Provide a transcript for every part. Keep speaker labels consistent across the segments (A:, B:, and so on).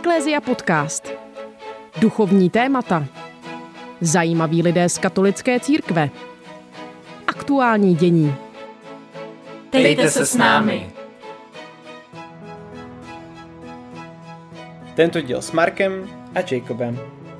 A: Eklézia podcast. Duchovní témata. Zajímaví lidé z katolické církve. Aktuální dění.
B: Dejte se s námi.
C: Tento díl s Markem a Jacobem.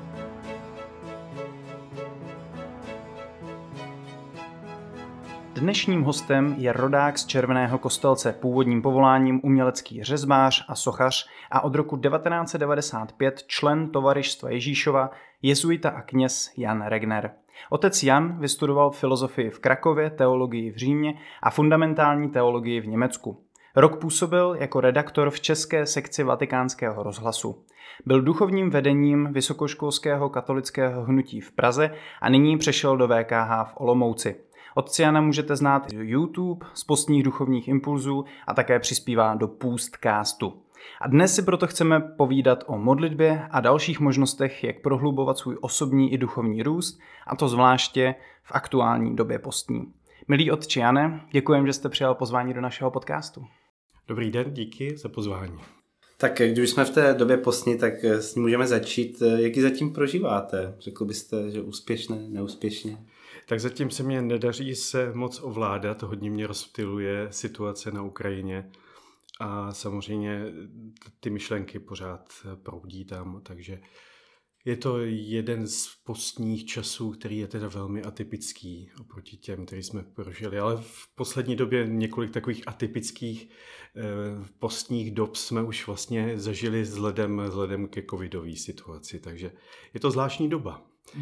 C: Dnešním hostem je rodák z Červeného Kostelce, původním povoláním umělecký řezbář a sochař a od roku 1995 člen Tovarištva Ježíšova, jezuita a kněz Jan Regner. Otec Jan vystudoval filozofii v Krakově, teologii v Římě a fundamentální teologii v Německu. Rok působil jako redaktor v české sekci Vatikánského rozhlasu. Byl duchovním vedením Vysokoškolského katolického hnutí v Praze a nyní přešel do VKH v Olomouci. Otce Jana můžete znát YouTube z postních duchovních impulzů a také přispívá do Půstcastu. A dnes si proto chceme povídat o modlitbě a dalších možnostech, jak prohlubovat svůj osobní i duchovní růst, a to zvláště v aktuální době postní. Milý otče Jane, děkujeme, že jste přijal pozvání do našeho podcastu.
D: Dobrý den, díky za pozvání.
E: Tak když jsme v té době postní, tak s ní můžeme začít. Jak ji zatím prožíváte? Řekl byste, že úspěšně, neúspěšně?
D: Tak zatím se mě nedaří se moc ovládat, hodně mě rozptyluje situace na Ukrajině a samozřejmě ty myšlenky pořád proudí tam, takže je to jeden z postních časů, který je teda velmi atypický oproti těm, který jsme prožili, ale v poslední době několik takových atypických postních dob jsme už vlastně zažili vzhledem ke covidové situaci, takže je to zvláštní doba.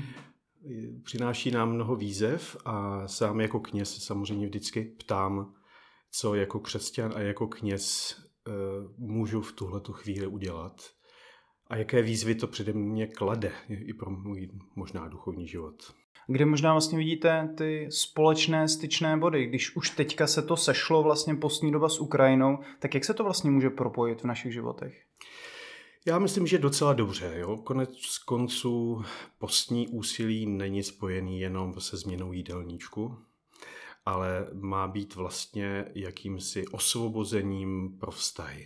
D: Přináší nám mnoho výzev a sám jako kněz samozřejmě vždycky ptám, co jako křesťan a jako kněz můžu v tuhletu chvíli udělat a jaké výzvy to přede mě klade i pro můj možná duchovní život.
C: Kde možná vlastně vidíte ty společné styčné body, když už teďka se to sešlo vlastně postní doba s Ukrajinou, tak jak se to vlastně může propojit v našich životech?
D: Já myslím, že docela dobře. Jo? Konec konců postní úsilí není spojený jenom se změnou jídelníčku, ale má být vlastně jakýmsi osvobozením pro vztahy.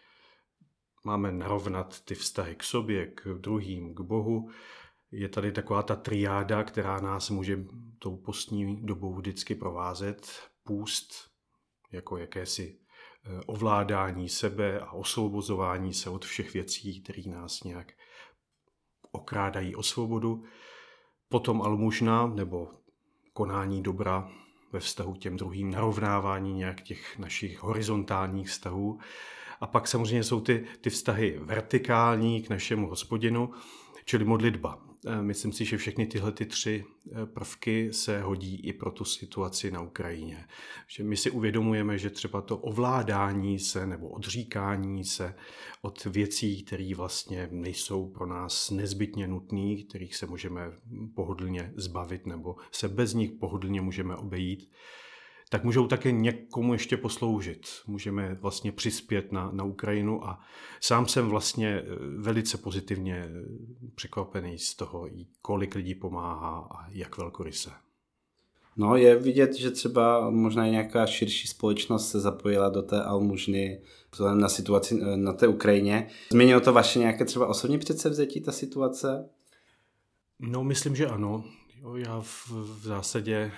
D: Máme narovnat ty vztahy k sobě, k druhým, k Bohu. Je tady taková ta triáda, která nás může tou postní dobou vždycky provázet. Půst jako jakési ovládání sebe a osvobozování se od všech věcí, které nás nějak okrádají o svobodu. Potom almužna nebo konání dobra ve vztahu k těm druhým, narovnávání nějak těch našich horizontálních vztahů. A pak samozřejmě jsou ty vztahy vertikální k našemu Hospodinu, čili modlitba. Myslím si, že všechny tyhle tři prvky se hodí i pro tu situaci na Ukrajině. Že my si uvědomujeme, že třeba to ovládání se nebo odříkání se od věcí, které vlastně nejsou pro nás nezbytně nutné, kterých se můžeme pohodlně zbavit nebo se bez nich pohodlně můžeme obejít, tak můžou také někomu ještě posloužit. Můžeme vlastně přispět na Ukrajinu a sám jsem vlastně velice pozitivně překvapený z toho, kolik lidí pomáhá a jak velkoryse.
E: No, je vidět, že třeba možná nějaká širší společnost se zapojila do té almužny vzhledem na situaci na té Ukrajině. Změnilo to vaše nějaké třeba osobní předsevzetí, ta situace?
D: No, myslím, že ano. Já v zásadě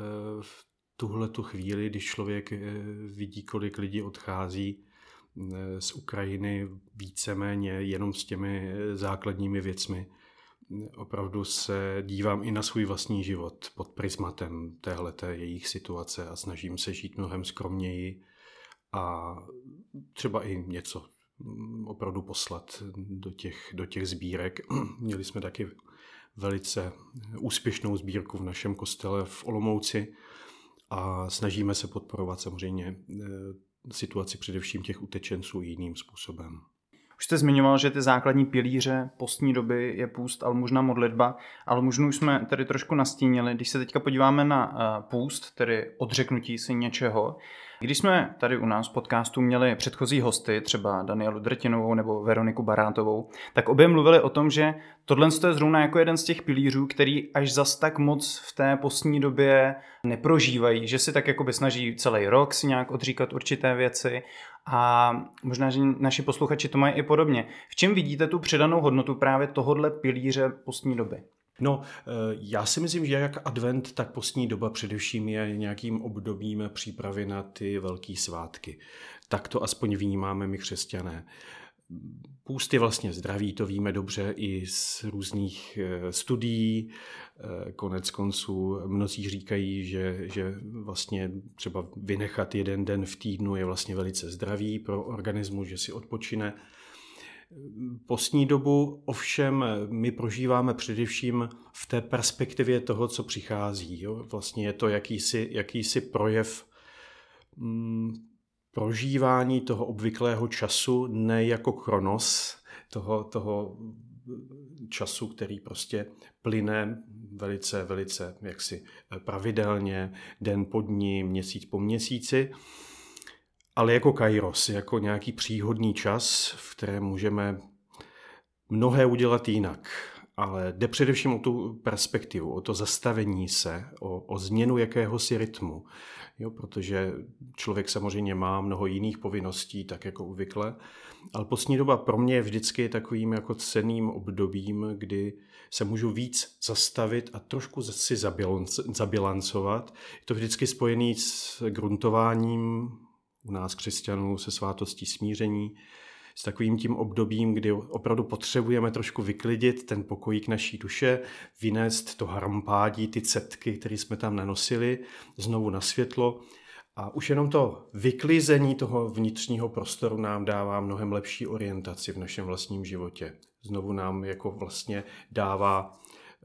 D: tuhle tu chvíli, když člověk vidí, kolik lidí odchází z Ukrajiny víceméně jenom s těmi základními věcmi, opravdu se dívám i na svůj vlastní život pod prismatem téhleté jejich situace a snažím se žít mnohem skromněji a třeba i něco opravdu poslat do těch sbírek. Měli jsme taky velice úspěšnou sbírku v našem kostele v Olomouci, a snažíme se podporovat samozřejmě situaci především těch utečenců jiným způsobem.
C: Už jste zmiňoval, že ty základní pilíře postní doby je půst, almužna, modlitba. Almužnu už jsme tady trošku nastínili. Když se teďka podíváme na půst, tedy odřeknutí si něčeho, Když jsme tady u nás v podcastu měli předchozí hosty, třeba Danielu Drtinovou nebo Veroniku Barátovou, tak obě mluvili o tom, že tohle je zrovna jako jeden z těch pilířů, který až zas tak moc v té postní době neprožívají, že si tak jakoby snaží celý rok si nějak odříkat určité věci a možná, že naši posluchači to mají i podobně. V čem vidíte tu přidanou hodnotu právě tohodle pilíře postní doby?
D: No, já si myslím, že jak advent, tak postní doba především je nějakým obdobím přípravy na ty velké svátky. Tak to aspoň vnímáme my křesťané. Půst je vlastně zdravý, to víme dobře i z různých studií. Konec konců mnozí říkají, že vlastně třeba vynechat jeden den v týdnu je vlastně velice zdravý pro organismus, že si odpočine. Postní dobu ovšem my prožíváme především v té perspektivě toho, co přichází. Jo? Vlastně je to jakýsi projev prožívání toho obvyklého času, ne jako chronos, toho času, který prostě plyne velice jaksi pravidelně, den po dni, měsíc po měsíci, ale jako kairos, jako nějaký příhodný čas, v kterém můžeme mnohé udělat jinak. Ale jde především o tu perspektivu, o to zastavení se, o změnu jakéhosi rytmu. Jo, protože člověk samozřejmě má mnoho jiných povinností, tak jako obvykle. Ale postní doba pro mě je vždycky takovým jako cenným obdobím, kdy se můžu víc zastavit a trošku si zabilancovat. Je to vždycky spojený s gruntováním, u nás křesťanů se svátostí smíření, s takovým tím obdobím, kdy opravdu potřebujeme trošku vyklidit ten pokojík naší duše, vynést to harampádí, ty cetky, které jsme tam nanosili, znovu na světlo. A už jenom to vyklizení toho vnitřního prostoru nám dává mnohem lepší orientaci v našem vlastním životě. Znovu nám jako vlastně dává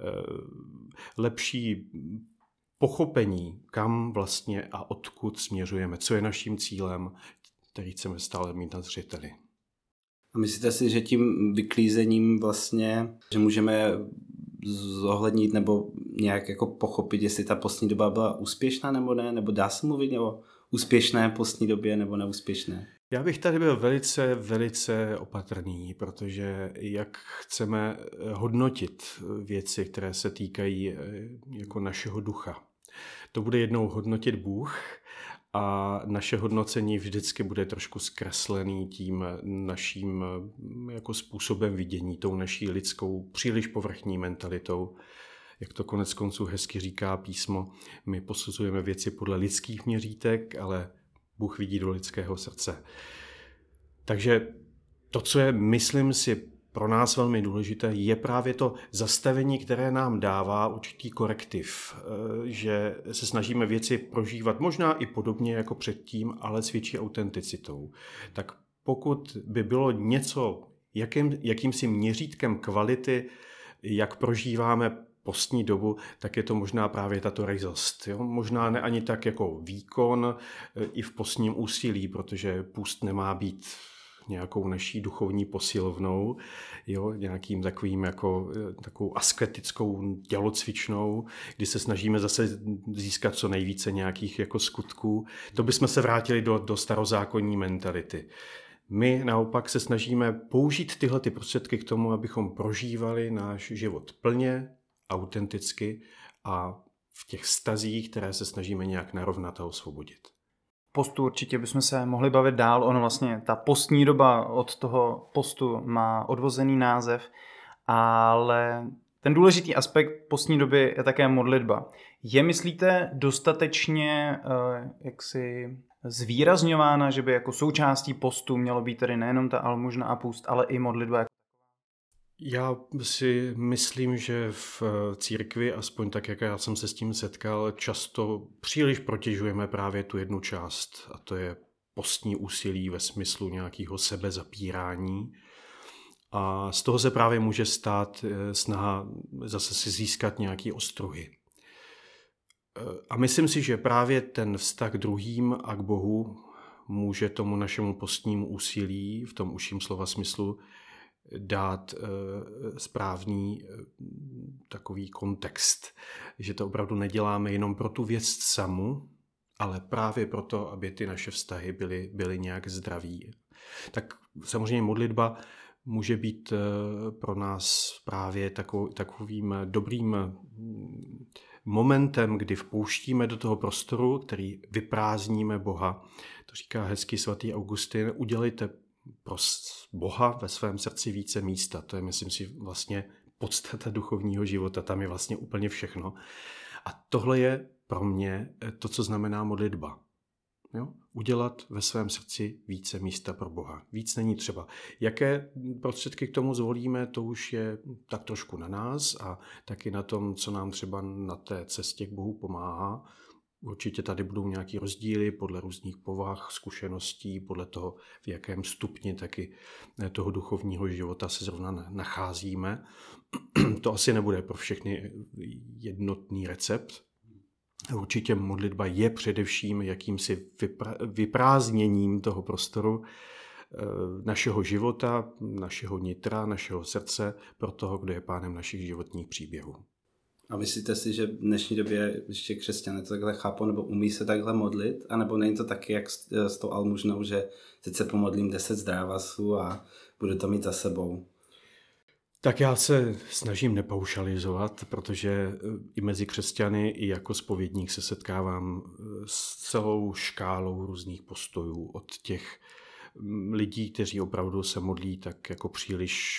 D: lepší pochopení, kam vlastně a odkud směřujeme, co je naším cílem, který chceme stále mít na zřeteli.
E: A myslíte si, že tím vyklízením vlastně, že můžeme zohlednit nebo nějak jako pochopit, jestli ta postní doba byla úspěšná nebo ne, nebo dá se mluvit o úspěšné postní době nebo neúspěšné?
D: Já bych tady byl velice opatrný, protože jak chceme hodnotit věci, které se týkají jako našeho ducha. To bude jednou hodnotit Bůh a naše hodnocení vždycky bude trošku zkreslený tím naším jako způsobem vidění, tou naší lidskou příliš povrchní mentalitou. Jak to konec konců hezky říká písmo, my posuzujeme věci podle lidských měřítek, ale Bůh vidí do lidského srdce. Takže to, co je, myslím si, pro nás velmi důležité, je právě to zastavení, které nám dává určitý korektiv, že se snažíme věci prožívat možná i podobně jako předtím, ale s větší autenticitou. Tak pokud by bylo něco, jakýmsi měřítkem kvality, jak prožíváme postní dobu, tak je to možná právě tato ryzost. Jo? Možná ne ani tak jako výkon i v postním úsilí, protože půst nemá být nějakou naší duchovní posilovnou, jo, nějakým takovým jako takovou asketickou tělocvičnou, kdy se snažíme zase získat co nejvíce nějakých jako skutků. To bychom se vrátili do starozákonní mentality. My naopak se snažíme použít tyhle ty prostředky k tomu, abychom prožívali náš život plně, autenticky a v těch vztazích, které se snažíme nějak narovnat a osvobodit.
C: Postu určitě bychom se mohli bavit dál. Ono vlastně, ta postní doba od toho postu má odvozený název, ale ten důležitý aspekt postní doby je také modlitba. Je, myslíte, dostatečně jaksi zvýrazňována, že by jako součástí postu mělo být tedy nejenom ta almužna a půst, ale i modlitba?
D: Já si myslím, že v církvi, aspoň tak, jak já jsem se s tím setkal, často příliš protěžujeme právě tu jednu část, a to je postní úsilí ve smyslu nějakého sebezapírání. A z toho se právě může stát snaha zase si získat nějaké ostruhy. A myslím si, že právě ten vztah k druhým a k Bohu může tomu našemu postnímu úsilí, v tom užším slova smyslu, dát správný takový kontext, že to opravdu neděláme jenom pro tu věc samu, ale právě proto, aby ty naše vztahy byly nějak zdraví. Tak samozřejmě modlitba může být pro nás právě takovým dobrým momentem, kdy vpouštíme do toho prostoru, který vyprázdníme Boha. To říká hezky svatý Augustin, udělejte pro Boha ve svém srdci více místa. To je, myslím si, vlastně podstata duchovního života. Tam je vlastně úplně všechno. A tohle je pro mě to, co znamená modlitba. Jo? Udělat ve svém srdci více místa pro Boha. Víc není třeba. Jaké prostředky k tomu zvolíme, to už je tak trošku na nás a taky na tom, co nám třeba na té cestě k Bohu pomáhá. Určitě tady budou nějaký rozdíly podle různých povah, zkušeností, podle toho, v jakém stupni taky toho duchovního života se zrovna nacházíme. To asi nebude pro všechny jednotný recept. Určitě modlitba je především jakýmsi vyprázdněním toho prostoru našeho života, našeho nitra, našeho srdce pro toho, kdo je pánem našich životních příběhů.
E: A myslíte si, že v dnešní době ještě křesťané to takhle chápou, nebo umí se takhle modlit? A nebo není to taky jak s tou almužnou, že teď se pomodlím 10 zdrávasů a budu to mít za sebou?
D: Tak já se snažím nepaušalizovat, protože i mezi křesťany, i jako zpovědník se setkávám s celou škálou různých postojů. Od těch lidí, kteří opravdu se modlí tak jako příliš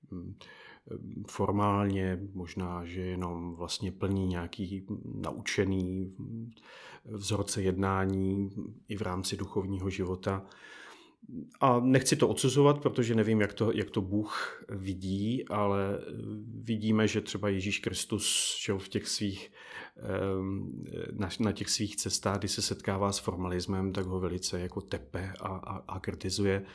D: formálně, možná, že jenom vlastně plní nějaký naučený vzorce jednání i v rámci duchovního života. A nechci to odsuzovat, protože nevím, jak to Bůh vidí, ale vidíme, že třeba Ježíš Kristus v těch svých, na těch svých cestách, kdy se setkává s formalismem, tak ho velice jako tepe a kritizuje.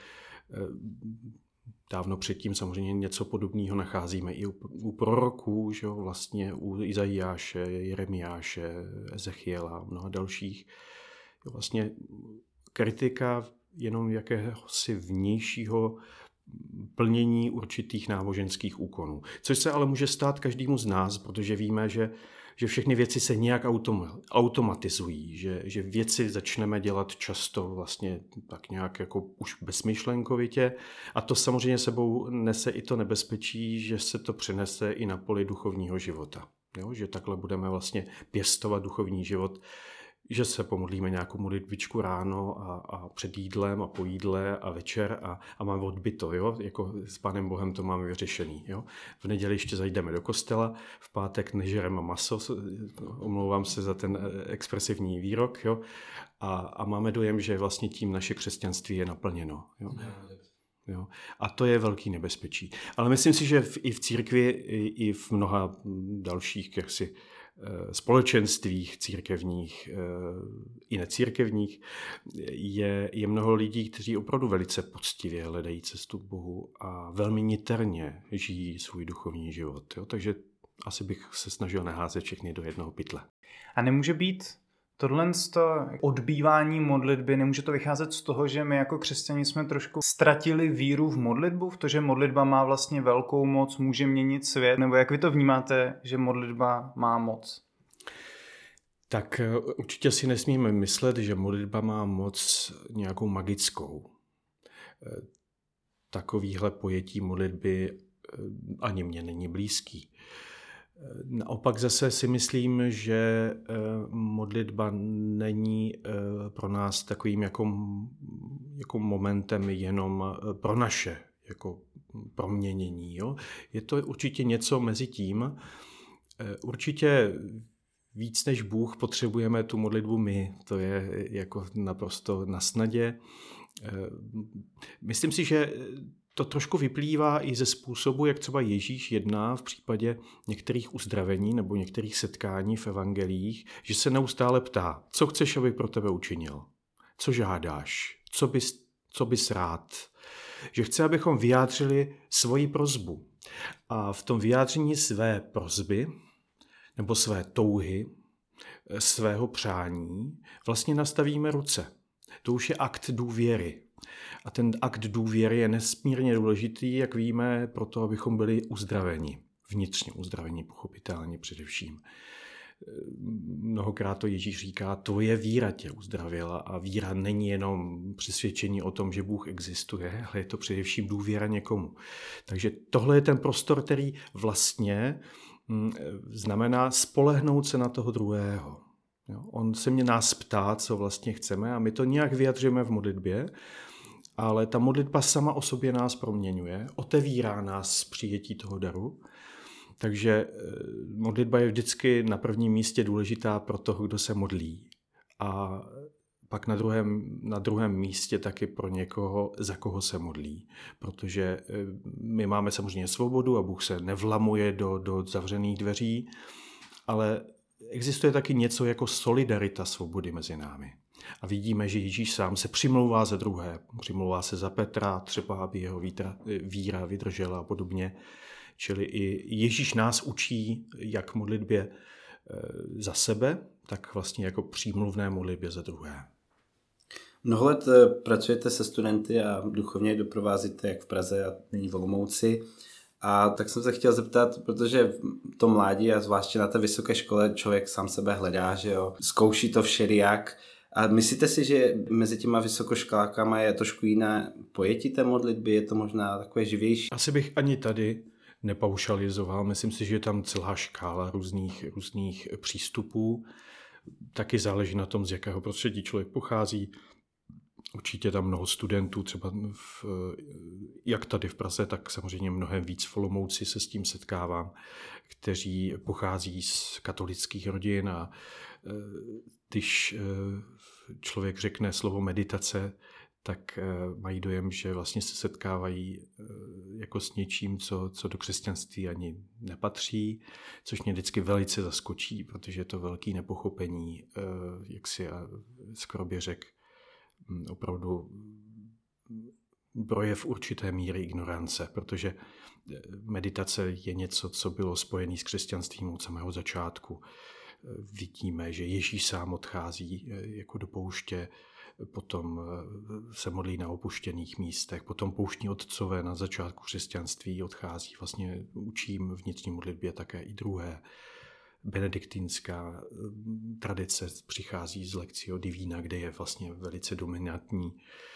D: Dávno předtím samozřejmě něco podobného nacházíme i u proroků, že jo, vlastně u Izajáše, Jeremiáše, Ezechiela a mnoha dalších. Vlastně kritika jenom jakéhosi vnějšího plnění určitých náboženských úkonů. Což se ale může stát každému z nás, protože víme, že všechny věci se nějak automatizují, že věci začneme dělat často vlastně tak nějak jako už bezmyšlenkovitě a to samozřejmě sebou nese i to nebezpečí, že se to přenese i na poli duchovního života. Jo? Že takhle budeme vlastně pěstovat duchovní život, že se pomodlíme nějakou modlitvičku ráno a před jídlem a po jídle a večer a máme odbyto, jo? Jako s Pánem Bohem to máme vyřešený. Jo? V neděli ještě zajdeme do kostela, v pátek nežereme maso, omlouvám se za ten expresivní výrok, jo? A máme dojem, že vlastně tím naše křesťanství je naplněno. Jo? Jo? A to je velký nebezpečí. Ale myslím si, že i v církvi, i v mnoha dalších jaksi společenstvích církevních i necírkevních je mnoho lidí, kteří opravdu velice poctivě hledají cestu k Bohu a velmi niterně žijí svůj duchovní život. Jo? Takže asi bych se snažil neházet všechny do jednoho pytle.
C: A nemůže být tohle odbývání modlitby, nemůže to vycházet z toho, že my jako křesťani jsme trošku ztratili víru v modlitbu, v to, že modlitba má vlastně velkou moc, může měnit svět, nebo jak vy to vnímáte, že modlitba má moc?
D: Tak určitě si nesmíme myslet, že modlitba má moc nějakou magickou. Takovýhle pojetí modlitby ani mně není blízký. Naopak zase si myslím, že modlitba není pro nás takovým jako momentem jenom pro naše jako proměnění. Jo? Je to určitě něco mezi tím. Určitě víc než Bůh potřebujeme tu modlitbu my. To je jako naprosto nasnadě. Myslím si, že to trošku vyplývá i ze způsobu, jak třeba Ježíš jedná v případě některých uzdravení nebo některých setkání v evangelích, že se neustále ptá, co chceš, aby pro tebe učinil, co žádáš, co bys rád. Že chce, abychom vyjádřili svoji prosbu. A v tom vyjádření své prosby nebo své touhy, svého přání vlastně nastavíme ruce. To už je akt důvěry. A ten akt důvěry je nesmírně důležitý, jak víme, proto, abychom byli uzdraveni. Vnitřně uzdraveni, pochopitelně především. mnohokrát to Ježíš říká, tvoje víra tě uzdravila a víra není jenom přesvědčení o tom, že Bůh existuje, ale je to především důvěra někomu. Takže tohle je ten prostor, který vlastně znamená spolehnout se na toho druhého. On se nás ptá, co vlastně chceme a my to nějak vyjadřujeme v modlitbě, ale ta modlitba sama o sobě nás proměňuje, otevírá nás přijetí toho daru. Takže modlitba je vždycky na prvním místě důležitá pro toho, kdo se modlí. A pak na druhém místě taky pro někoho, za koho se modlí. Protože my máme samozřejmě svobodu a Bůh se nevlamuje do zavřených dveří, ale existuje taky něco jako solidarita svobody mezi námi. A vidíme, že Ježíš sám se přimlouvá za druhé. Přimlouvá se za Petra, třeba aby jeho víra vydržela a podobně. Čili i Ježíš nás učí jak modlitbě za sebe, tak vlastně jako přímluvné modlitbě za druhé.
E: Mnoho let pracujete se studenty a duchovně doprovázíte jak v Praze a nyní v Olomouci. A tak jsem se chtěl zeptat, protože v tom mládí a zvláště na té vysoké škole člověk sám sebe hledá, že jo, zkouší to všelijak. A myslíte si, že mezi těma vysokoškolákama je trošku jiné pojetí té modlitby, je to možná takové živější?
D: Asi bych ani tady nepaušalizoval. Myslím si, že je tam celá škála různých přístupů. Taky záleží na tom, z jakého prostředí člověk pochází. Určitě tam mnoho studentů, třeba jak tady v Praze, tak samozřejmě mnohem víc v Olomouci se s tím setkávám, kteří pochází z katolických rodin a když člověk řekne slovo meditace, tak mají dojem, že vlastně se setkávají jako s něčím, co do křesťanství ani nepatří, což mě vždycky velice zaskočí, protože je to velké nepochopení, jak si skoro bych řekl, opravdu projev určité míry ignorance, protože meditace je něco, co bylo spojené s křesťanstvím od samého začátku. Vidíme, že Ježíš sám odchází jako do pouště, potom se modlí na opuštěných místech, potom pouštní otcové na začátku křesťanství odchází, vlastně učím vnitřní modlitbě také i druhé. Benediktínská tradice přichází z Lectio Divina, kde je vlastně velice dominantní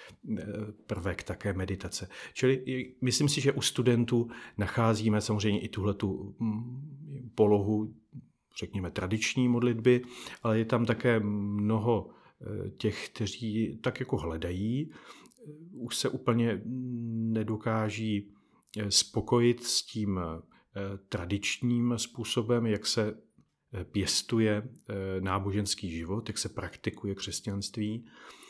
D: prvek také meditace. Čili myslím si, že u studentů nacházíme samozřejmě i tuhletu polohu, řekněme, tradiční modlitby, ale je tam také mnoho těch, kteří tak jako hledají, už se úplně nedokáží spokojit s tím tradičním způsobem, jak se pěstuje náboženský život, jak se praktikuje křesťanství.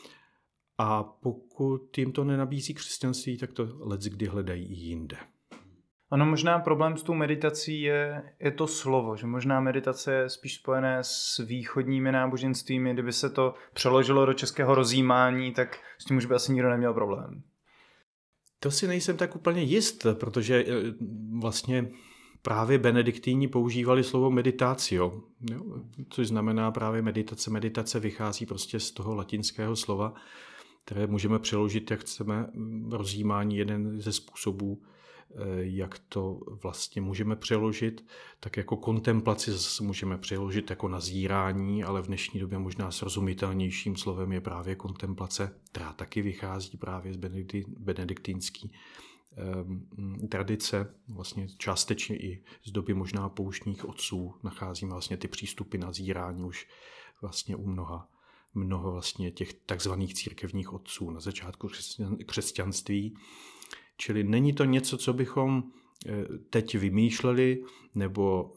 D: A pokud jim to nenabízí křesťanství, tak to leckdy hledají i jinde.
C: Ono možná problém s tou meditací je to slovo, že možná meditace je spíš spojené s východními náboženstvími, kdyby se to přeložilo do českého rozjímání, tak s tím už by asi nikdo neměl problém.
D: To si nejsem tak úplně jist, protože vlastně právě benediktíni používali slovo meditatio, což znamená právě meditace. Meditace vychází prostě z toho latinského slova, které můžeme přeložit, jak chceme, rozjímání, jeden ze způsobů, jak to vlastně můžeme přeložit, tak jako kontemplaci zase můžeme přeložit jako nazírání, ale v dnešní době možná srozumitelnějším slovem je právě kontemplace, která taky vychází právě z benediktínské tradice, vlastně částečně i z doby možná pouštních otců nacházíme vlastně ty přístupy nazírání už vlastně u mnoho vlastně těch takzvaných církevních otců na začátku křesťanství. Čili není to něco, co bychom teď vymýšleli, nebo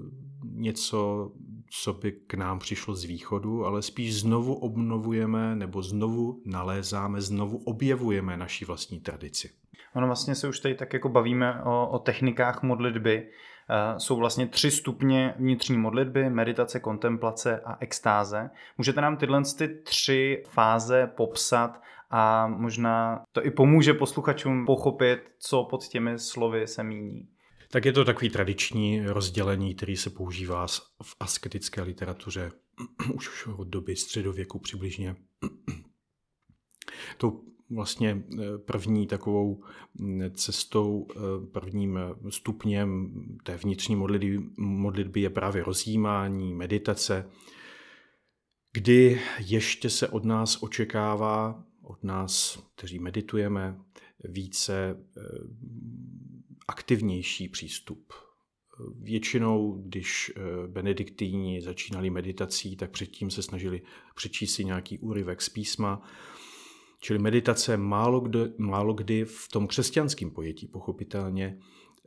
D: něco, co by k nám přišlo z východu, ale spíš znovu obnovujeme nebo znovu nalézáme, znovu objevujeme naši vlastní tradici.
C: Ono vlastně se už tady tak jako bavíme o technikách modlitby. Jsou vlastně 3 stupně vnitřní modlitby, meditace, kontemplace a extáze. Můžete nám tyhle 3 fáze popsat a možná to i pomůže posluchačům pochopit, co pod těmi slovy se míní.
D: Tak je to takový tradiční rozdělení, který se používá v asketické literatuře už od doby středověku přibližně. Tou vlastně první takovou cestou, prvním stupněm té vnitřní modlitby je právě rozjímání, meditace, kdy ještě se od nás očekává, od nás, kteří meditujeme, více aktivnější přístup. Většinou, když benediktíni začínali meditací, tak předtím se snažili přečíst si nějaký úryvek z písma. Čili meditace málo kdy v tom křesťanském pojetí pochopitelně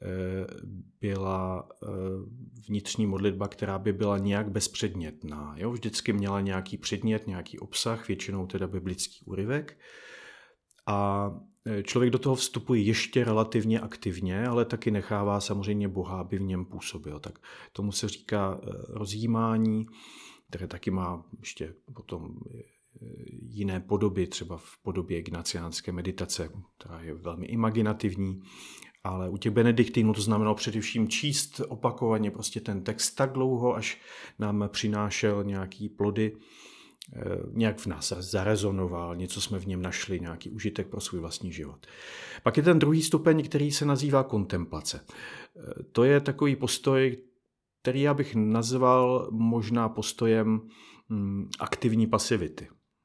D: byla vnitřní modlitba, která by byla nějak bezpředmětná. Jo? Vždycky měla nějaký předmět, nějaký obsah, většinou teda biblický úryvek. A člověk do toho vstupuje ještě relativně aktivně, ale taky nechává samozřejmě Boha, aby v něm působil. Tak tomu se říká rozjímání, které taky má ještě potom jiné podoby, třeba v podobě ignaciánské meditace, která je velmi imaginativní, ale u těch benediktínů to znamenalo především číst opakovaně prostě ten text tak dlouho, až nám přinášel nějaký plody, nějak v nás zarezonoval, něco jsme v něm našli, nějaký užitek pro svůj vlastní život. Pak je ten druhý stupeň, který se nazývá kontemplace. To je takový postoj, který já bych nazval možná postojem aktivní pasivity.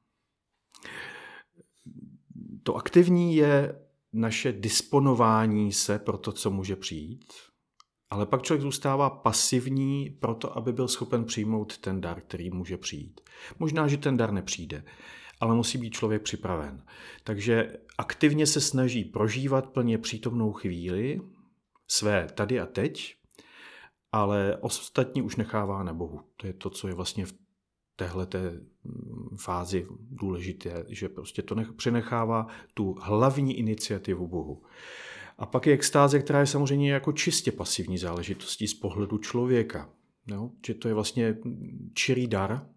D: To aktivní je naše disponování se pro to, co může přijít, ale pak člověk zůstává pasivní pro to, aby byl schopen přijmout ten dar, který může přijít. Možná, že ten dar nepřijde, ale musí být člověk připraven. Takže aktivně se snaží prožívat plně přítomnou chvíli, své tady a teď, ale ostatní už nechává na Bohu. To je to, co je vlastně v téhleté fázi důležité, že prostě to přenechává tu hlavní iniciativu Bohu. A pak je extáze, která je samozřejmě jako čistě pasivní záležitostí z pohledu člověka. No, že to je vlastně čirý dar,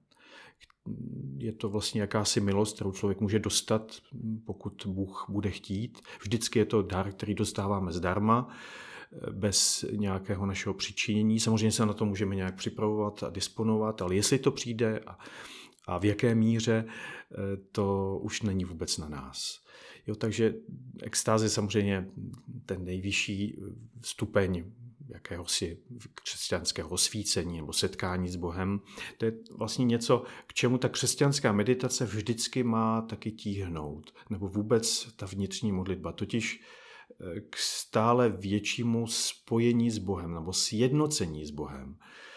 D: je to vlastně jakási milost, kterou člověk může dostat, pokud Bůh bude chtít. Vždycky je to dar, který dostáváme zdarma, bez nějakého našeho přičinění. Samozřejmě se na to můžeme nějak připravovat a disponovat, ale jestli to přijde a v jaké míře, to už není vůbec na nás. Jo, takže extáze samozřejmě ten nejvyšší stupeň jakéhosi křesťanského osvícení nebo setkání s Bohem. To je vlastně něco, k čemu ta křesťanská meditace vždycky má taky tíhnout, nebo vůbec ta vnitřní modlitba, totiž k stále většímu spojení s Bohem nebo sjednocení s Bohem.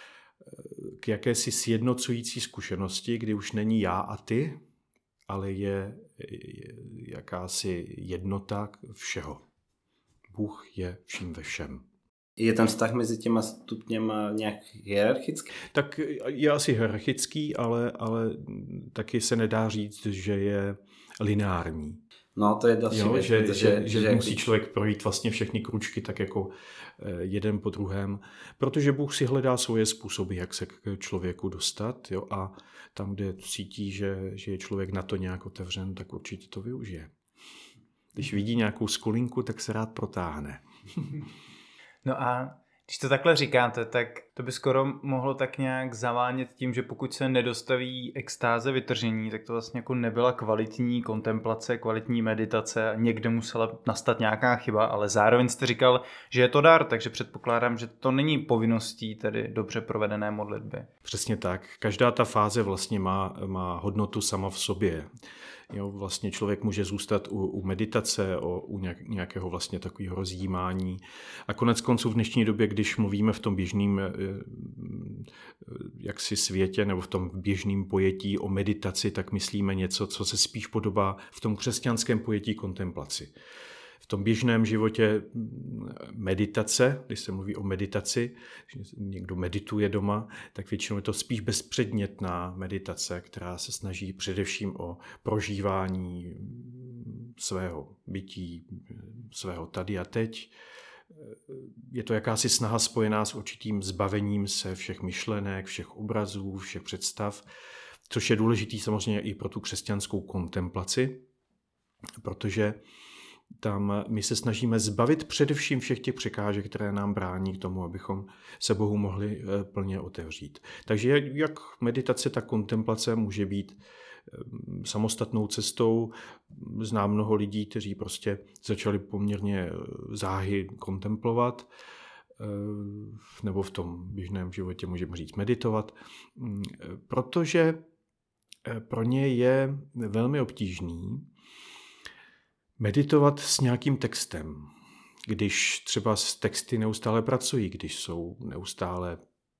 D: K jakési sjednocující zkušenosti, kdy už není já a ty, ale je jakási jednota všeho. Bůh je vším ve všem.
E: Je tam vztah mezi těma stupněma nějak hierarchický?
D: Tak je asi hierarchický, ale taky se nedá říct, že je lineární.
E: No, to je další věc.
D: Že musí člověk projít vlastně všechny kručky tak jako jeden po druhém, protože Bůh si hledá svoje způsoby, jak se k člověku dostat, jo, a tam, kde cítí, že je člověk na to nějak otevřen, tak určitě to využije. Když vidí nějakou skulinku, tak se rád protáhne.
C: No a když to takhle říkáte, tak to by skoro mohlo tak nějak zavánět tím, že pokud se nedostaví extáze vytržení, tak to vlastně jako nebyla kvalitní kontemplace, kvalitní meditace a někde musela nastat nějaká chyba, ale zároveň jste říkal, že je to dar, takže předpokládám, že to není povinností tedy dobře provedené modlitby.
D: Přesně tak. Každá ta fáze vlastně má hodnotu sama v sobě. Jo, vlastně člověk může zůstat u meditace, u nějakého vlastně takového rozjímání. A konec konců v dnešní době, když mluvíme v tom běžném jaksi světě nebo v tom běžném pojetí o meditaci, tak myslíme něco, co se spíš podobá v tom křesťanském pojetí kontemplaci. V tom běžném životě meditace, když se mluví o meditaci, když někdo medituje doma, tak většinou je to spíš bezpředmětná meditace, která se snaží především o prožívání svého bytí, svého tady a teď. Je to jakási snaha spojená s určitým zbavením se všech myšlenek, všech obrazů, všech představ, což je důležitý samozřejmě i pro tu křesťanskou kontemplaci, protože tam my se snažíme zbavit především všech těch překážek, které nám brání k tomu, abychom se Bohu mohli plně otevřít. Takže jak meditace, tak kontemplace může být samostatnou cestou. Znám mnoho lidí, kteří prostě začali poměrně záhy kontemplovat, nebo v tom běžném životě můžeme říct meditovat, protože pro ně je velmi obtížný meditovat s nějakým textem, když třeba s texty neustále pracují, když jsou neustále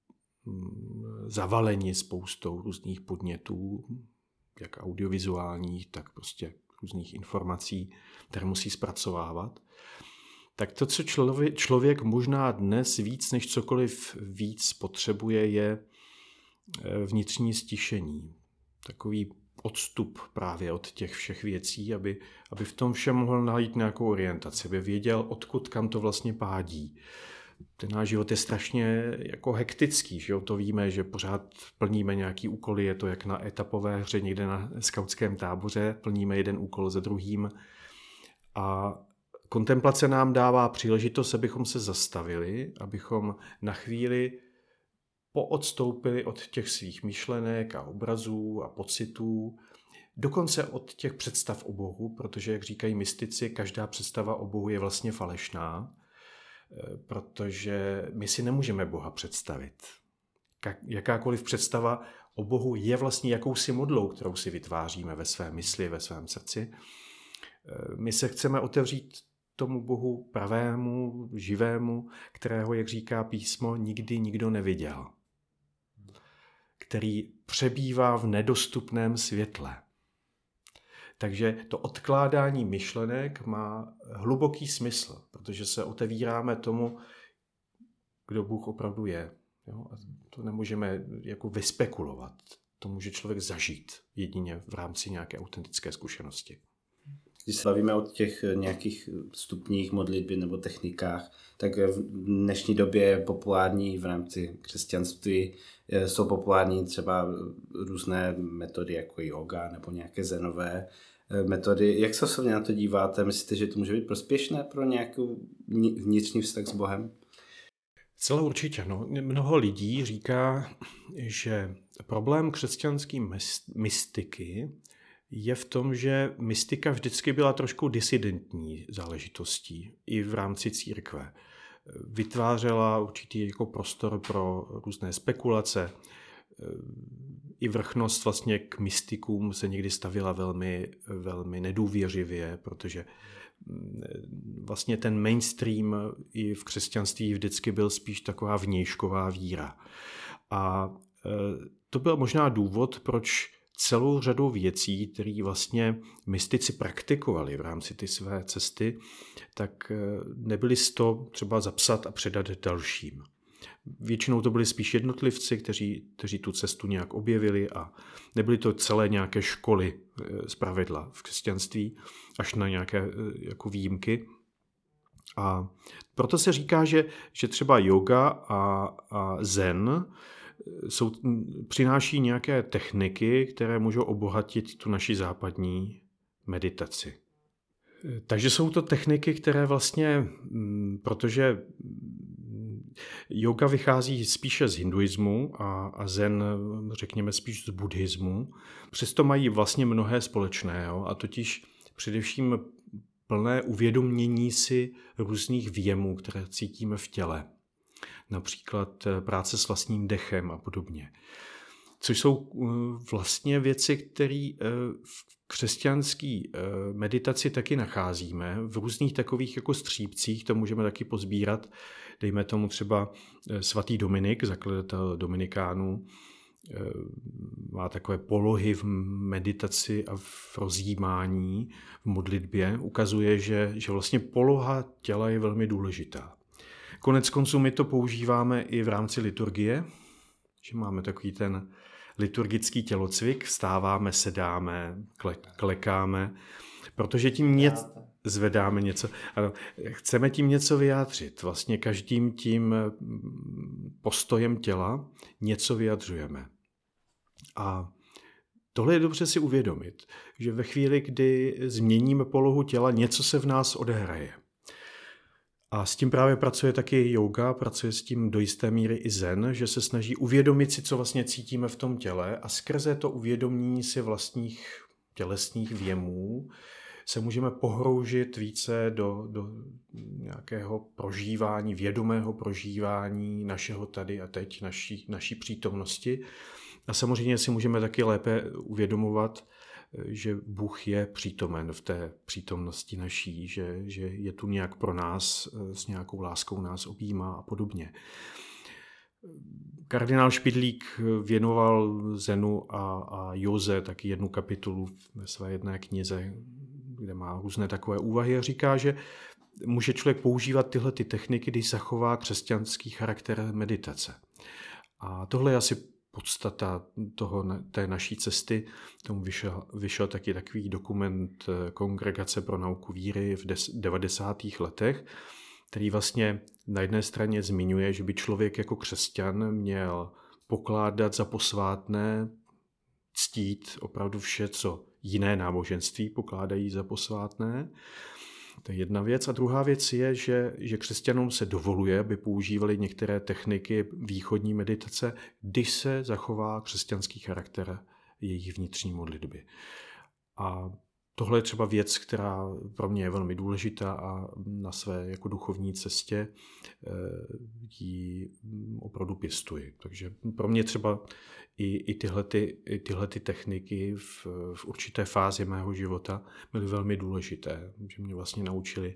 D: zavaleni spoustou různých podnětů, jak audiovizuálních, tak prostě různých informací, které musí zpracovávat. Tak to, co člověk možná dnes víc než cokoliv víc potřebuje, je vnitřní stišení. Takový odstup právě od těch všech věcí, aby v tom všem mohl najít nějakou orientaci, aby věděl, odkud kam to vlastně pádí. Ten náš život je strašně jako hektický, že jo? To víme, že pořád plníme nějaký úkoly, je to jak na etapové hře někde na skautském táboře, plníme jeden úkol za druhým a kontemplace nám dává příležitost, abychom se zastavili, abychom na chvíli poodstoupili od těch svých myšlenek a obrazů a pocitů, dokonce od těch představ o Bohu, protože, jak říkají mystici, každá představa o Bohu je vlastně falešná, protože my si nemůžeme Boha představit. Jakákoliv představa o Bohu je vlastně jakousi modlou, kterou si vytváříme ve své mysli, ve svém srdci. My se chceme otevřít tomu Bohu pravému, živému, kterého, jak říká písmo, nikdy nikdo neviděl, který přebývá v nedostupném světle. Takže to odkládání myšlenek má hluboký smysl, protože se otevíráme tomu, kdo Bůh opravdu je. Jo? A to nemůžeme jako vyspekulovat. To může člověk zažít jedině v rámci nějaké autentické zkušenosti.
E: Když se bavíme o těch nějakých stupních modlitby nebo technikách, tak v dnešní době je populární v rámci křesťanství, jsou populární třeba různé metody jako yoga nebo nějaké zenové metody. Jak se osobně na to díváte? Myslíte, že to může být prospěšné pro nějakou vnitřní vztah s Bohem?
D: Celé určitě. No. Mnoho lidí říká, že problém křesťanské mystiky je v tom, že mystika vždycky byla trošku disidentní záležitostí i v rámci církve. Vytvářela určitý jako prostor pro různé spekulace. I vrchnost vlastně k mystikům se někdy stavila velmi, velmi nedůvěřivě, protože vlastně ten mainstream i v křesťanství vždycky byl spíš taková vnějšková víra. A to byl možná důvod, proč celou řadu věcí, které vlastně mystici praktikovali v rámci ty své cesty, tak nebyli z toho třeba zapsat a předat dalším. Většinou to byli spíš jednotlivci, kteří tu cestu nějak objevili a nebyly to celé nějaké školy zpravidla v křesťanství, až na nějaké jako výjimky. A proto se říká, že třeba yoga a zen přináší nějaké techniky, které můžou obohatit tu naši západní meditaci. Takže jsou to techniky, které vlastně, protože yoga vychází spíše z hinduismu a zen, řekněme, spíš z buddhismu, přesto mají vlastně mnohé společného, a totiž především plné uvědomění si různých věmů, které cítíme v těle. Například práce s vlastním dechem a podobně. Což jsou vlastně věci, které v křesťanské meditaci taky nacházíme. V různých takových jako střípcích to můžeme taky pozbírat. Dejme tomu třeba svatý Dominik, zakladatel Dominikánů, má takové polohy v meditaci a v rozjímání, v modlitbě. Ukazuje, že vlastně poloha těla je velmi důležitá. Konec konců my to používáme i v rámci liturgie, že máme takový ten liturgický tělocvik, vstáváme, sedáme, klekáme, protože tím zvedáme něco. Ano, chceme tím něco vyjádřit. Vlastně každým tím postojem těla něco vyjadřujeme. A tohle je dobře si uvědomit, že ve chvíli, kdy změníme polohu těla, něco se v nás odehraje. A s tím právě pracuje taky yoga, pracuje s tím do jisté míry i zen, že se snaží uvědomit si, co vlastně cítíme v tom těle a skrze to uvědomění si vlastních tělesných věmů se můžeme pohroužit více do nějakého prožívání, vědomého prožívání našeho tady a teď, naší přítomnosti. A samozřejmě si můžeme taky lépe uvědomovat, že Bůh je přítomen v té přítomnosti naší, že je tu nějak pro nás, s nějakou láskou nás objímá a podobně. Kardinál Špidlík věnoval zenu a józe taky jednu kapitolu ve své jedné knize, kde má různé takové úvahy a říká, že může člověk používat tyhle ty techniky, když zachová křesťanský charakter meditace. A tohle je asi podstata té naší cesty. Tomu vyšel taky takový dokument Kongregace pro nauku víry v 90. letech, který vlastně na jedné straně zmiňuje, že by člověk jako křesťan měl pokládat za posvátné, ctít opravdu vše, co jiné náboženství pokládají za posvátné. To je jedna věc. A druhá věc je, že křesťanům se dovoluje, aby používali některé techniky východní meditace, když se zachová křesťanský charakter jejich vnitřní modlitby. A tohle je třeba věc, která pro mě je velmi důležitá a na své jako duchovní cestě ji opravdu pěstuji. Takže pro mě třeba i tyhle techniky v určité fázi mého života byly velmi důležité, že mě vlastně naučili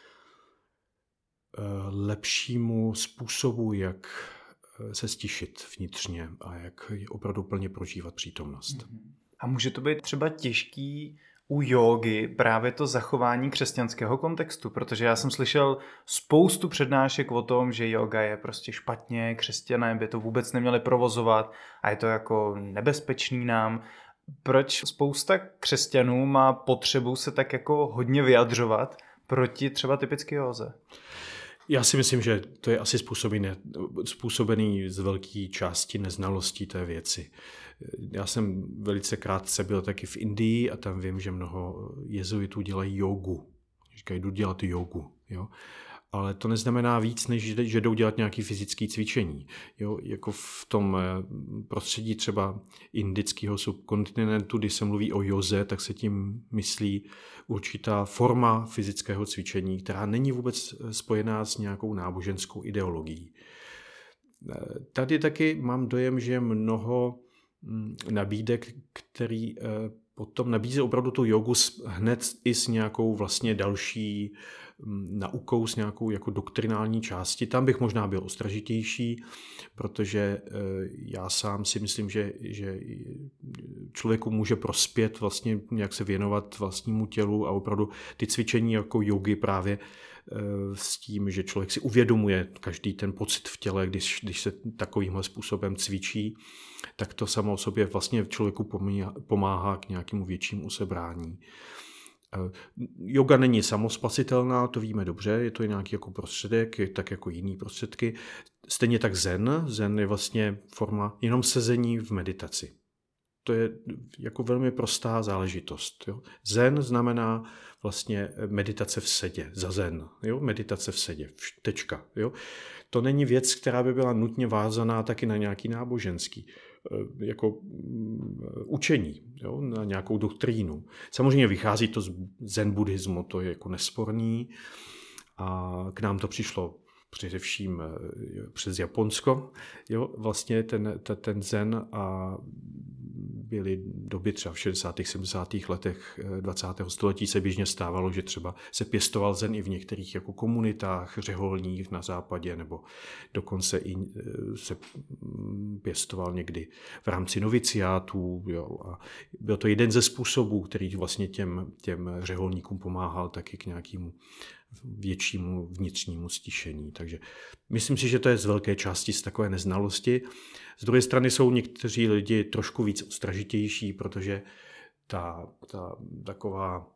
D: lepšímu způsobu, jak se stišit vnitřně a jak opravdu plně prožívat přítomnost.
C: A může to být třeba těžký u jógy právě to zachování křesťanského kontextu, protože já jsem slyšel spoustu přednášek o tom, že jóga je prostě špatně, křesťané by to vůbec neměli provozovat a je to jako nebezpečný nám. Proč spousta křesťanů má potřebu se tak jako hodně vyjadřovat proti třeba typické józe?
D: Já si myslím, že to je asi způsobený z velké části neznalostí té věci. Já jsem velice krátce byl taky v Indii a tam vím, že mnoho jezuitů dělají jógu. Říkají, jdu dělat jógu. Jo? Ale to neznamená víc, než že jdou dělat nějaké fyzické cvičení. Jo? Jako v tom prostředí třeba indického subkontinentu, když se mluví o józe, tak se tím myslí určitá forma fyzického cvičení, která není vůbec spojená s nějakou náboženskou ideologií. Tady taky mám dojem, že mnoho nabídek, který potom nabízí opravdu tu jogu hned i s nějakou vlastně další naukou, s nějakou jako doktrinální části. Tam bych možná byl ostražitější, protože já sám si myslím, že člověku může prospět vlastně nějak se věnovat vlastnímu tělu a opravdu ty cvičení jako jogy právě s tím, že člověk si uvědomuje každý ten pocit v těle, když se takovýmhle způsobem cvičí, tak to samo o sobě vlastně člověku pomáhá k nějakému většímu sebrání. Yoga není samospasitelná, to víme dobře, je to nějaký jako prostředek, tak jako jiný prostředky. Stejně tak zen. Zen je vlastně forma jenom sezení v meditaci. To je jako velmi prostá záležitost. Jo? Zen znamená vlastně meditace v sedě, zazen. Jo? Meditace v sedě, tečka. Jo? To není věc, která by byla nutně vázaná taky na nějaký náboženský jako učení, jo? Na nějakou doktrínu. Samozřejmě vychází to z zen buddhismu, to je jako nesporný a k nám to přišlo především přes Japonsko. Jo, vlastně ten zen a byly doby třeba v 60. 70. letech 20. století se běžně stávalo, že třeba se pěstoval zen i v některých jako komunitách řeholních na západě, nebo dokonce i se pěstoval někdy v rámci noviciátů. Jo, a byl to jeden ze způsobů, který vlastně těm řeholníkům pomáhal taky k nějakému většímu vnitřnímu stišení. Takže myslím si, že to je z velké části z takové neznalosti. Z druhé strany jsou někteří lidi trošku víc ostražitější, protože ta taková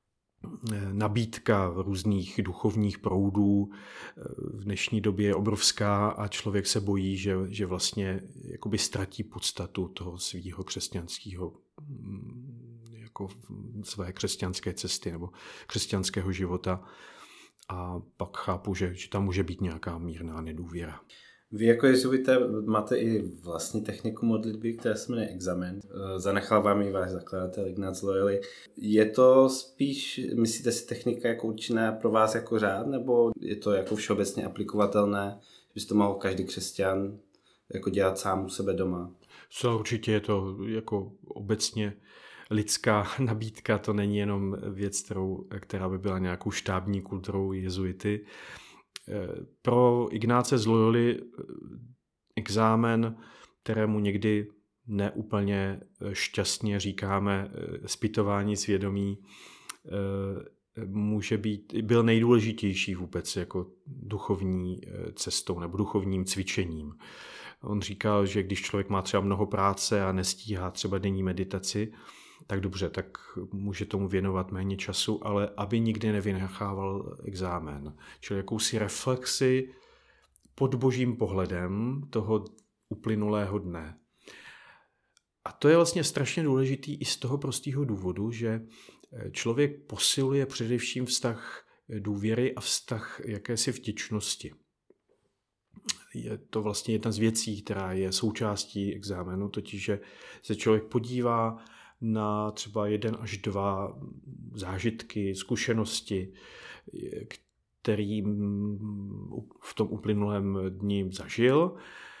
D: nabídka různých duchovních proudů v dnešní době je obrovská a člověk se bojí, že vlastně jakoby ztratí podstatu toho svého křesťanského jako své křesťanské cesty nebo křesťanského života. a pak chápu, že tam může být nějaká mírná nedůvěra.
E: Vy jako jezuité máte i vlastní techniku modlitby, která se jmenuje examen. Zanechal vám ji váš zakladatel Ignác Loyoly. Je to spíš, myslíte si, technika jako určená pro vás jako řád, nebo je to jako všeobecně aplikovatelné, že to mohl každý křesťan jako dělat sám u sebe doma?
D: Určitě je to jako obecně lidská nabídka, to není jenom věc, která by byla nějakou štábní kulturou jezuity. Pro Ignáce z Loyoly exámen, kterému někdy neúplně šťastně říkáme zpytování svědomí, byl nejdůležitější vůbec jako duchovní cestou nebo duchovním cvičením. On říkal, že když člověk má třeba mnoho práce a nestíhá třeba denní meditaci, tak dobře, tak může tomu věnovat méně času, ale aby nikdy nevynechával exámen. Čili jakousi reflexi pod božím pohledem toho uplynulého dne. A to je vlastně strašně důležitý i z toho prostého důvodu, že člověk posiluje především vztah důvěry a vztah jakési vděčnosti. Je to vlastně jedna z věcí, která je součástí exámenu, totiž, že se člověk podívá na třeba 1 až 2 zážitky, zkušenosti, který v tom uplynulém dni zažil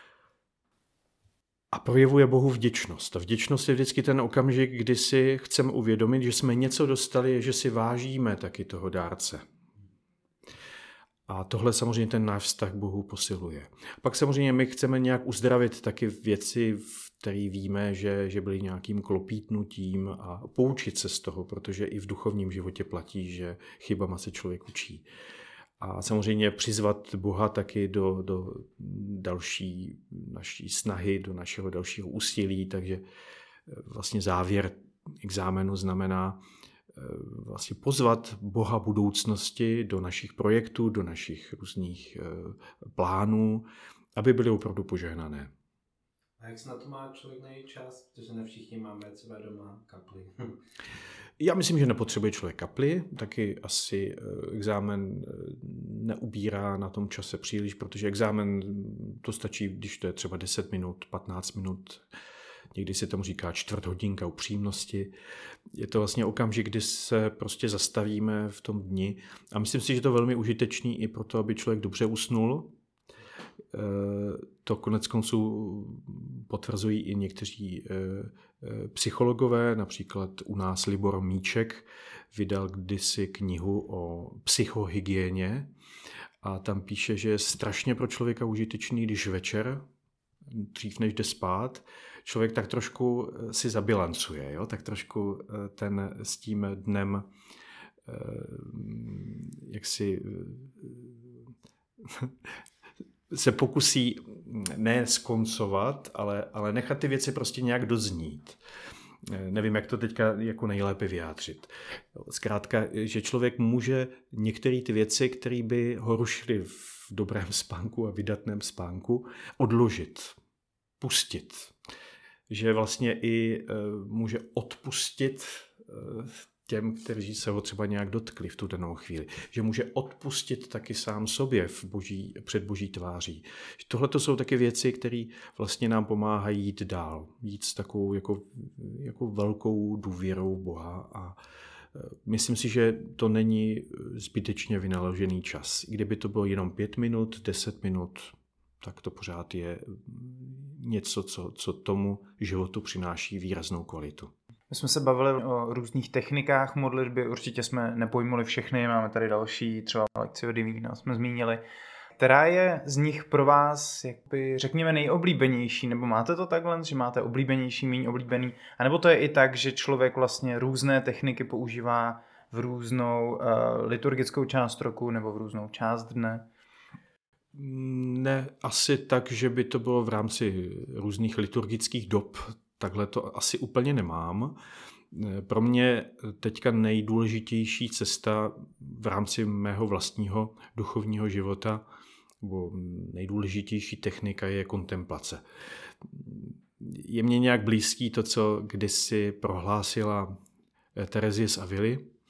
D: a projevuje Bohu vděčnost. A vděčnost je vždycky ten okamžik, kdy si chceme uvědomit, že jsme něco dostali, že si vážíme taky toho dárce. A tohle samozřejmě ten náš vztah k Bohu posiluje. A pak samozřejmě my chceme nějak uzdravit taky věci, které víme, že byly nějakým klopítnutím a poučit se z toho, protože i v duchovním životě platí, že chybama se člověk učí. A samozřejmě přizvat Boha taky do další naší snahy, do našeho dalšího úsilí, takže vlastně závěr exámenu znamená vlastně pozvat Boha budoucnosti do našich projektů, do našich různých plánů, aby byly opravdu požehnané.
E: A jak se na to má člověk najít čas? Protože ne všichni máme třeba doma kapli.
D: Já myslím, že nepotřebuje člověk kapli, taky asi exámen neubírá na tom čase příliš, protože exámen to stačí, když to je třeba 10 minut, 15 minut, někdy se tomu říká 1/4 hodinka upřímnosti. Je to vlastně okamžik, kdy se prostě zastavíme v tom dni a myslím si, že to je velmi užitečný i proto, aby člověk dobře usnul. To koneckonců potvrzují i někteří psychologové, například u nás Libor Míček vydal kdysi knihu o psychohygieně a tam píše, že je strašně pro člověka užitečný, když večer, dřív než jde spát, člověk tak trošku si zabilancuje, jo? Tak trošku ten s tím dnem jak si se pokusí ne skoncovat, ale nechat ty věci prostě nějak doznít. Nevím, jak to teďka jako nejlépe vyjádřit. Zkrátka, že člověk může některé ty věci, které by ho rušily v dobrém spánku a vydatném spánku, odložit, pustit. Že vlastně i může odpustit těm, kteří se ho třeba nějak dotkli v tu danou chvíli. Že může odpustit taky sám sobě před boží tváří. Tohle to jsou taky věci, které vlastně nám pomáhají jít dál. Jít s takovou jako velkou důvěrou Boha a myslím si, že to není zbytečně vynaložený čas. Kdyby to bylo jenom 5 minut, 10 minut, tak to pořád je něco, co tomu životu přináší výraznou kvalitu.
C: My jsme se bavili o různých technikách modlitby, určitě jsme nepojmuli všechny, máme tady další, třeba Lectio Divina jsme zmínili. Která je z nich pro vás, jakby, řekněme, nejoblíbenější, nebo máte to takhle, že máte oblíbenější, méně oblíbený, anebo to je i tak, že člověk vlastně různé techniky používá v různou liturgickou část roku nebo v různou část dne?
D: Ne, asi tak, že by to bylo v rámci různých liturgických dob. Takhle to asi úplně nemám. Pro mě teďka nejdůležitější cesta v rámci mého vlastního duchovního života, nebo nejdůležitější technika je kontemplace. Je mně nějak blízký to, co kdysi prohlásila Terezie z Avily,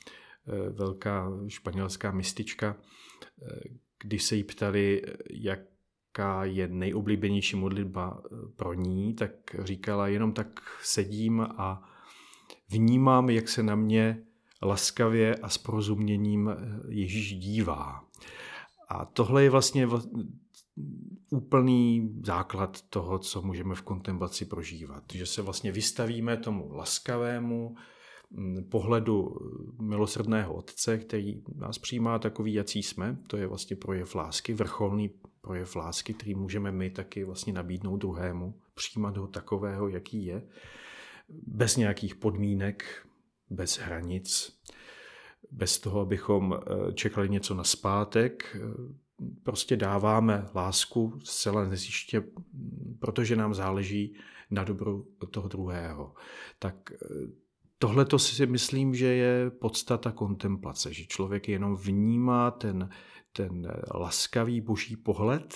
D: velká španělská mistička, když se jí ptali, jaká je nejoblíbenější modlitba pro ní, tak říkala, jenom tak sedím a vnímám, jak se na mě laskavě a s porozuměním Ježíš dívá. A tohle je vlastně úplný základ toho, co můžeme v kontemplaci prožívat. Že se vlastně vystavíme tomu laskavému pohledu milosrdného Otce, který nás přijímá takový, jací jsme. To je vlastně projev lásky, vrcholný projev lásky, který můžeme my taky vlastně nabídnout druhému, přijímat ho takového, jaký je, bez nějakých podmínek, bez hranic, bez toho, abychom čekali něco nazpátek. Prostě dáváme lásku zcela neziště, protože nám záleží na dobru toho druhého. Tak tohle to si myslím, že je podstata kontemplace, že člověk jenom vnímá ten laskavý boží pohled,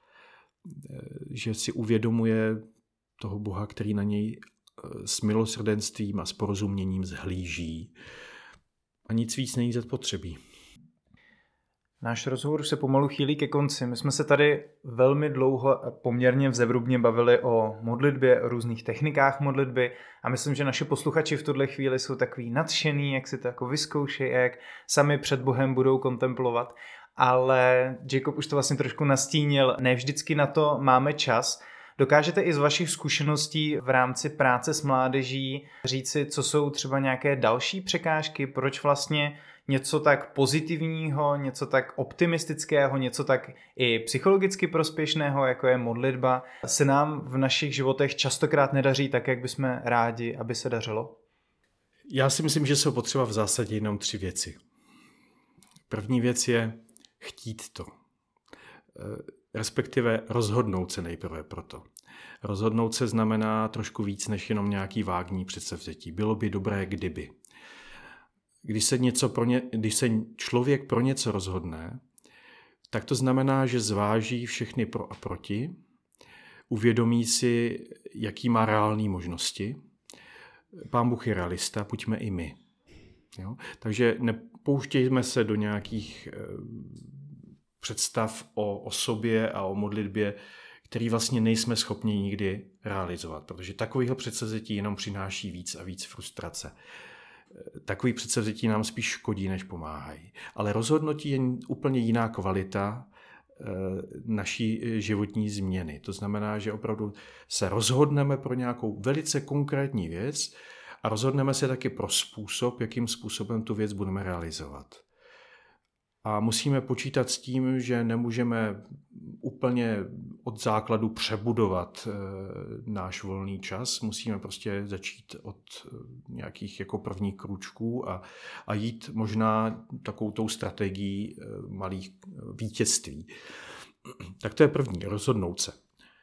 D: že si uvědomuje toho Boha, který na něj s milosrdenstvím a s porozuměním zhlíží. A nic víc není zapotřebí.
C: Náš rozhovor se pomalu chýlí ke konci. My jsme se tady velmi dlouho a poměrně vzevrubně bavili o modlitbě, o různých technikách modlitby a myslím, že naši posluchači v tuhle chvíli jsou takový nadšený, jak si to jako vyzkoušejí, jak sami před Bohem budou kontemplovat. Ale Jacob už to vlastně trošku nastínil, ne vždycky na to máme čas. Dokážete i z vašich zkušeností v rámci práce s mládeží říci, co jsou třeba nějaké další překážky, proč vlastně něco tak pozitivního, něco tak optimistického, něco tak i psychologicky prospěšného, jako je modlitba, se nám v našich životech častokrát nedaří tak, jak bychom rádi, aby se dařilo?
D: Já si myslím, že jsou potřeba v zásadě jenom 3 věci. První věc je chtít to. Respektive rozhodnout se nejprve proto. Rozhodnout se znamená trošku víc než jenom nějaký vágní předsevzetí. Bylo by dobré, kdyby. Když se člověk pro něco rozhodne, tak to znamená, že zváží všechny pro a proti, uvědomí si, jaký má reální možnosti. Pán Bůh je realista, buďme i my. Jo? Takže nepouštějme se do nějakých představ o sobě a o modlitbě, který vlastně nejsme schopni nikdy realizovat, protože takovýhle předsevzetí jenom přináší víc a víc frustrace. Takový předsevzetí nám spíš škodí, než pomáhají. Ale rozhodnutí je úplně jiná kvalita naší životní změny. To znamená, že opravdu se rozhodneme pro nějakou velice konkrétní věc a rozhodneme se taky pro způsob, jakým způsobem tu věc budeme realizovat. A musíme počítat s tím, že nemůžeme úplně od základu přebudovat náš volný čas. Musíme prostě začít od nějakých jako prvních krůčků a jít možná takovou tou strategií malých vítězství. Tak to je první, rozhodnout se.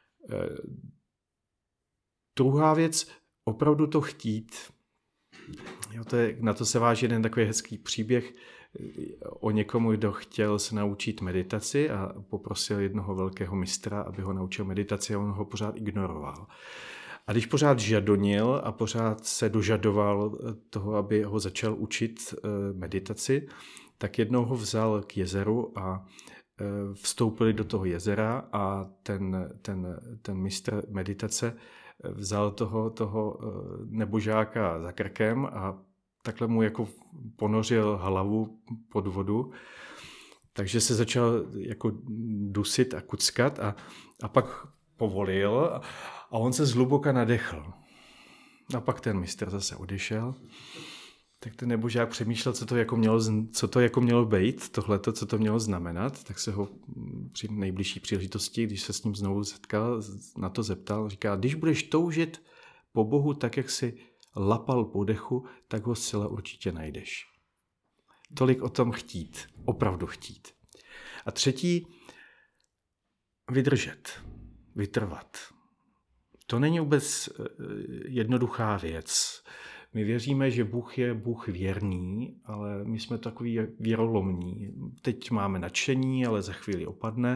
D: Druhá věc, opravdu to chtít. Jo, na to se váží jeden takový hezký příběh o někomu, kdo chtěl se naučit meditaci a poprosil jednoho velkého mistra, aby ho naučil meditaci a on ho pořád ignoroval. A když pořád žadonil a pořád se dožadoval toho, aby ho začal učit meditaci, tak jednou ho vzal k jezeru a vstoupili do toho jezera a ten mistr meditace vzal toho nebožáka za krkem a takhle mu jako ponořil hlavu pod vodu, takže se začal jako dusit a kuckat a pak povolil a on se zhluboka nadechl. A pak ten mistr zase odešel, tak ten nebožák přemýšlel, co to jako mělo být, tohleto, co to mělo znamenat, tak se ho při nejbližší příležitosti, když se s ním znovu setkal, na to zeptal, říká, když budeš toužit po Bohu tak, jak si lapal po dechu, tak ho zcela určitě najdeš. Tolik o tom chtít, opravdu chtít. A třetí, vydržet, vytrvat. To není vůbec jednoduchá věc. My věříme, že Bůh je Bůh věrný, ale my jsme takový věrolomní. Teď máme nadšení, ale za chvíli opadne.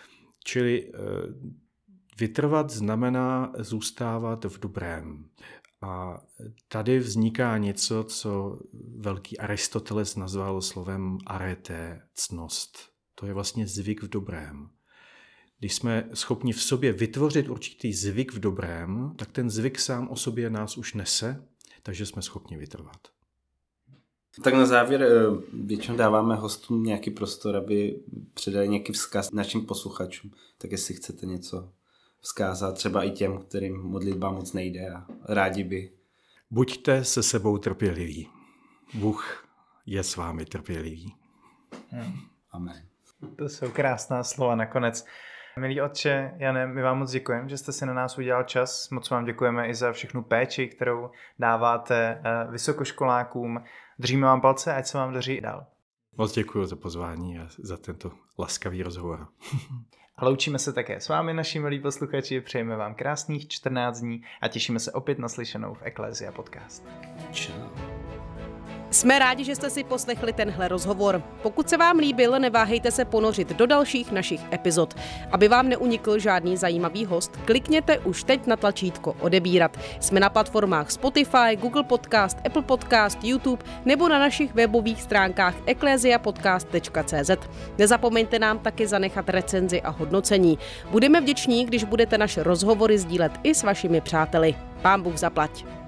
D: Čili vytrvat znamená zůstávat v dobrém. A tady vzniká něco, co velký Aristoteles nazval slovem arete, ctnost. To je vlastně zvyk v dobrém. Když jsme schopni v sobě vytvořit určitý zvyk v dobrém, tak ten zvyk sám o sobě nás už nese, takže jsme schopni vytrvat.
E: Tak na závěr většinou dáváme hostům nějaký prostor, aby předali nějaký vzkaz našim posluchačům. Tak jestli chcete něco vzkázat třeba i těm, kterým modlitba moc nejde a rádi by.
D: Buďte se sebou trpěliví. Bůh je s vámi trpělivý.
E: Amen.
C: To jsou krásná slova nakonec. Milý otče Jane, my vám moc děkujeme, že jste si na nás udělal čas. Moc vám děkujeme i za všechnu péči, kterou dáváte vysokoškolákům. Držíme vám palce, ať se vám daří dál.
D: Moc děkuji za pozvání a za tento laskavý rozhovor.
C: A loučíme se také s vámi, naši milí posluchači. Přejeme vám krásných 14 dní a těšíme se opět na slyšenou v Ecclesia Podcast.
E: Čau.
A: Jsme rádi, že jste si poslechli tenhle rozhovor. Pokud se vám líbil, neváhejte se ponořit do dalších našich epizod. Aby vám neunikl žádný zajímavý host, klikněte už teď na tlačítko odebírat. Jsme na platformách Spotify, Google Podcast, Apple Podcast, YouTube nebo na našich webových stránkách ecclesiapodcast.cz. Nezapomeňte nám taky zanechat recenzi a hodnocení. Budeme vděční, když budete naše rozhovory sdílet i s vašimi přáteli. Pán Bůh zaplať.